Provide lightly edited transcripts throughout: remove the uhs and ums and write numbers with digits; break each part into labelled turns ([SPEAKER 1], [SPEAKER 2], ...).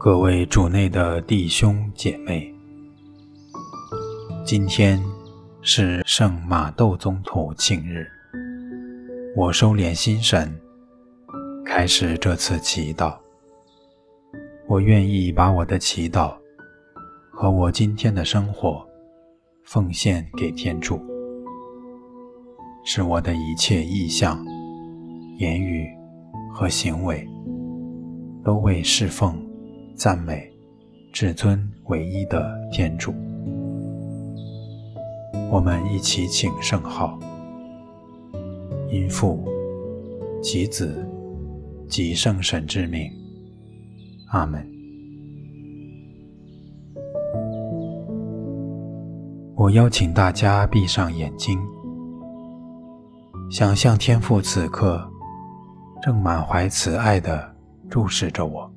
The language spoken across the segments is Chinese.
[SPEAKER 1] 各位主内的弟兄姐妹，今天是圣马窦宗徒庆日，我收敛心神，开始这次祈祷。我愿意把我的祈祷和我今天的生活奉献给天主，使我的一切意向、言语和行为都为侍奉、赞美至尊唯一的天主。我们一起请圣号，因父及子及圣神之名，阿们。我邀请大家闭上眼睛，想象天父此刻正满怀慈爱地注视着我，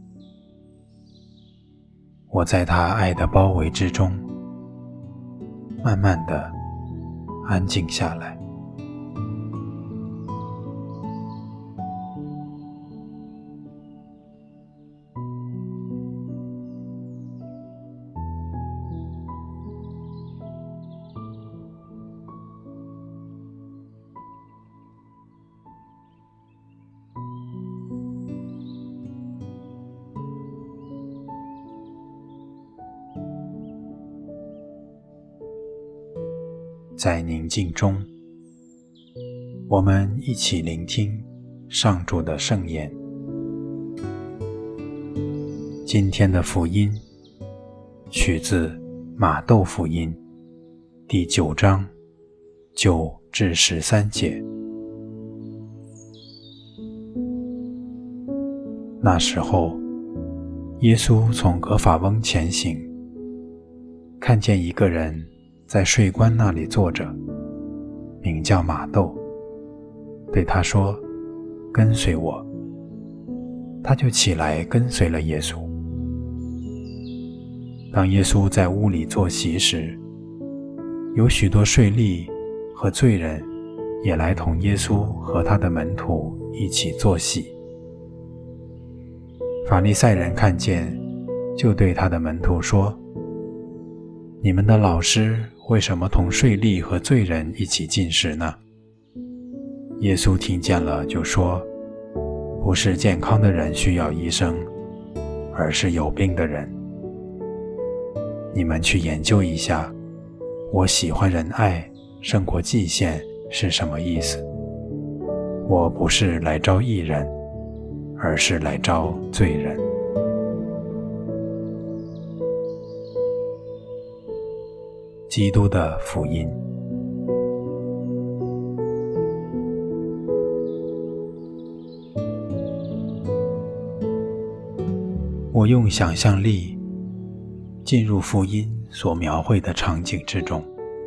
[SPEAKER 1] 我在他爱的包围之中，慢慢地安静下来。在宁静中，我们一起聆听上主的圣言。今天的福音取自马窦福音第9章9至13节。那时候，耶稣从葛法翁前行，看见一个人在税关那里坐着，名叫马窦，对他说：“跟随我。”他就起来跟随了耶稣。当耶稣在屋里坐席时，有许多税吏和罪人也来同耶稣和他的门徒一起坐席。法利赛人看见，就对他的门徒说：“你们的老师为什么同税吏和罪人一起进食呢？”耶稣听见了，就说：“不是健康的人需要医生，而是有病的人。你们去研究一下，我喜欢仁爱胜过祭献是什么意思。我不是来招义人，而是来招罪人。”基督的福音。我用想象力进入福音所描绘的场景之中。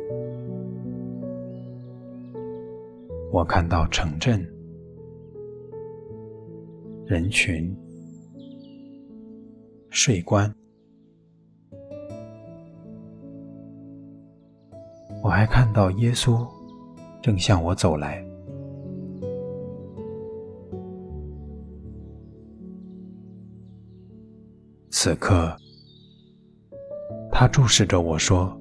[SPEAKER 1] 我看到城镇、人群、税关，我还看到耶稣正向我走来。此刻，他注视着我说：“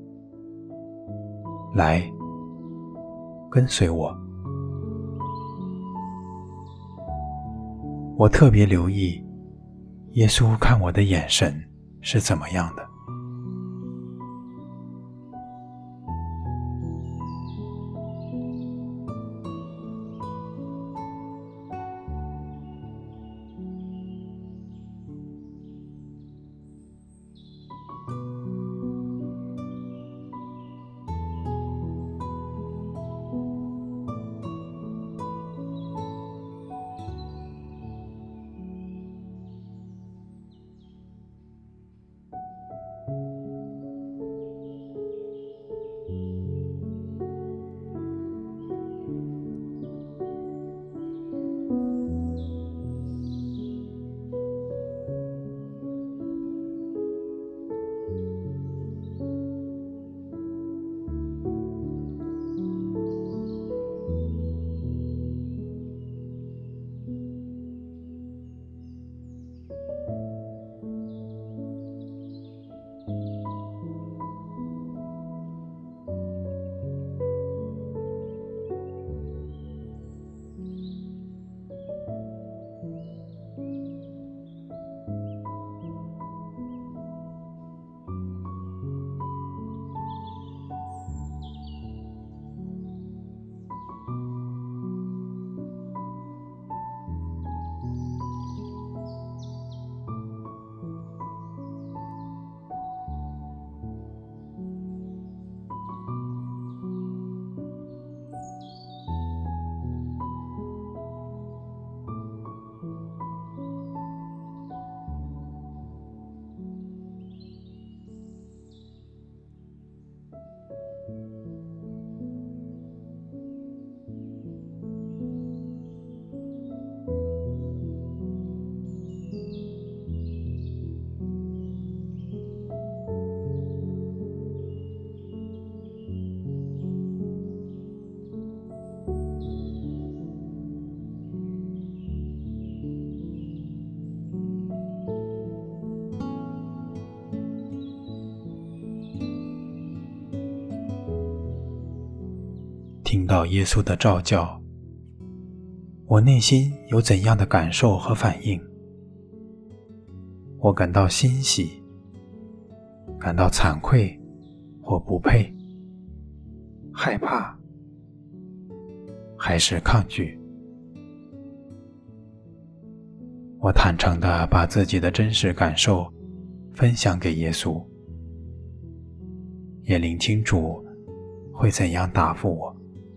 [SPEAKER 1] 来，跟随我。”我特别留意耶稣看我的眼神是怎么样的。 听到耶稣的召叫，我内心有怎样的感受和反应？我感到欣喜，感到惭愧或不配，害怕，还是抗拒？我坦诚地把自己的真实感受分享给耶稣，也聆听主会怎样答复我。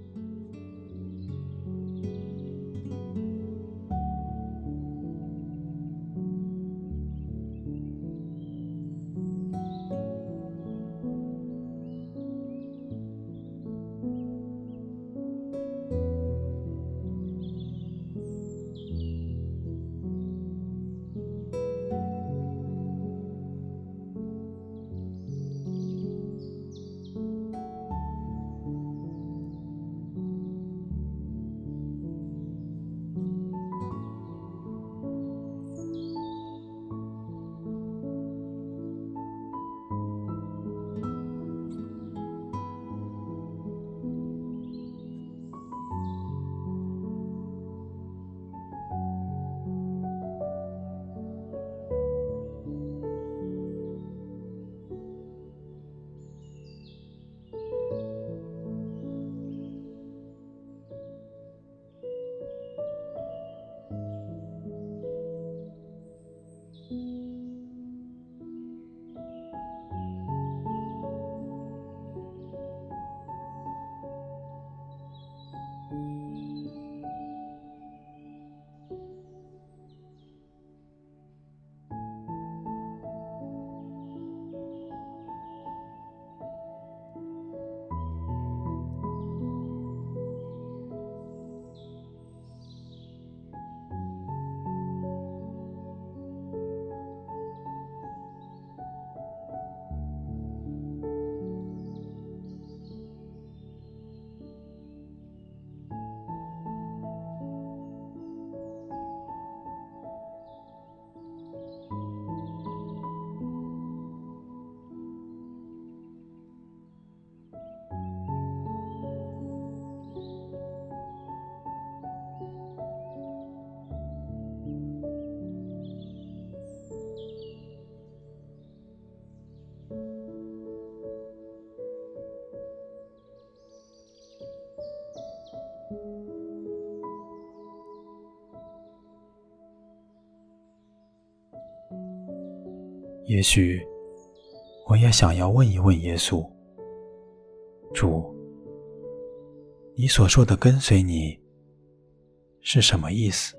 [SPEAKER 1] 也许我也想要问一问耶稣，主，你所说的跟随你是什么意思？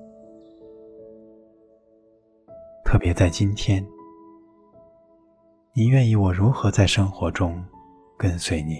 [SPEAKER 1] 特别在今天，你愿意我如何在生活中跟随你？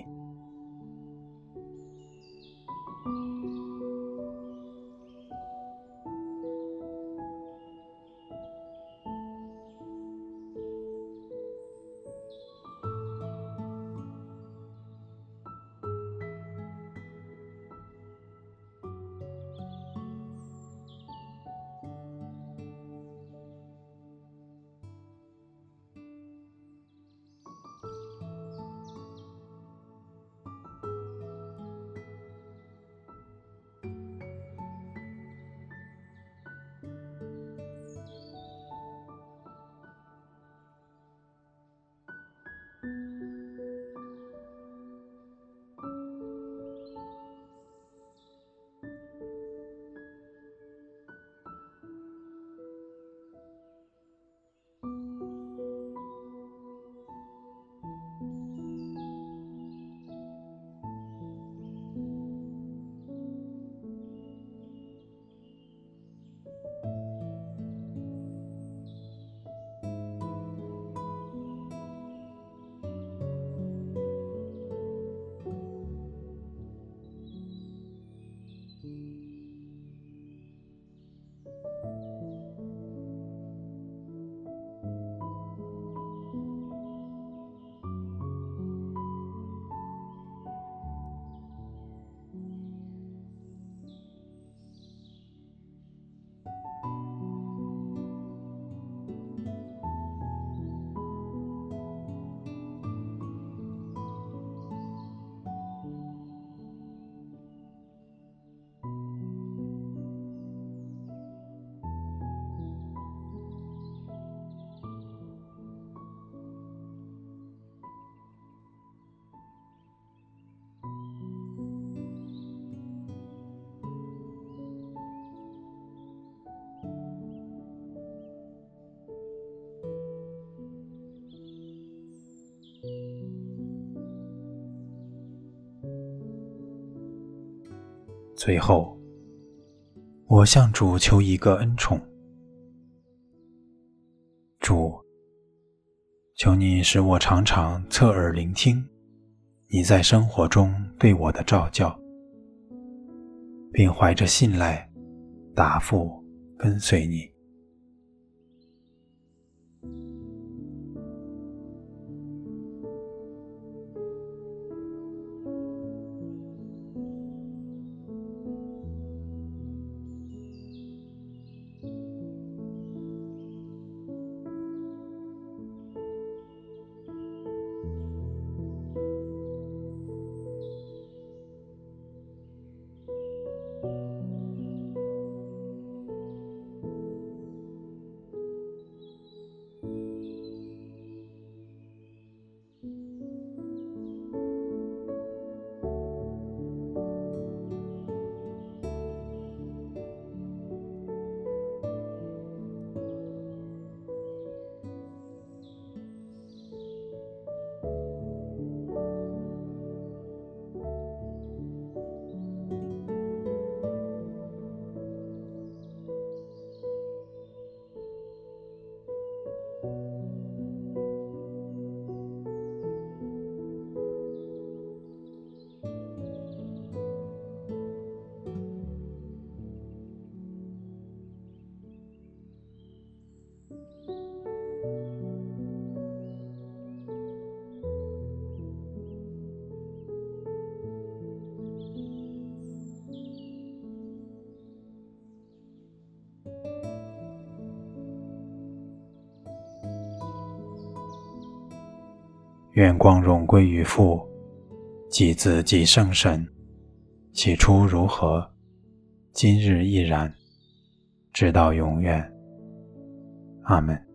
[SPEAKER 1] 最后，我向主求一个恩宠。主，求你使我常常侧耳聆听你在生活中对我的召叫，并怀着信赖答复跟随你。愿光荣归于父，及子，及圣神，起初如何，今日亦然，直到永远。阿们。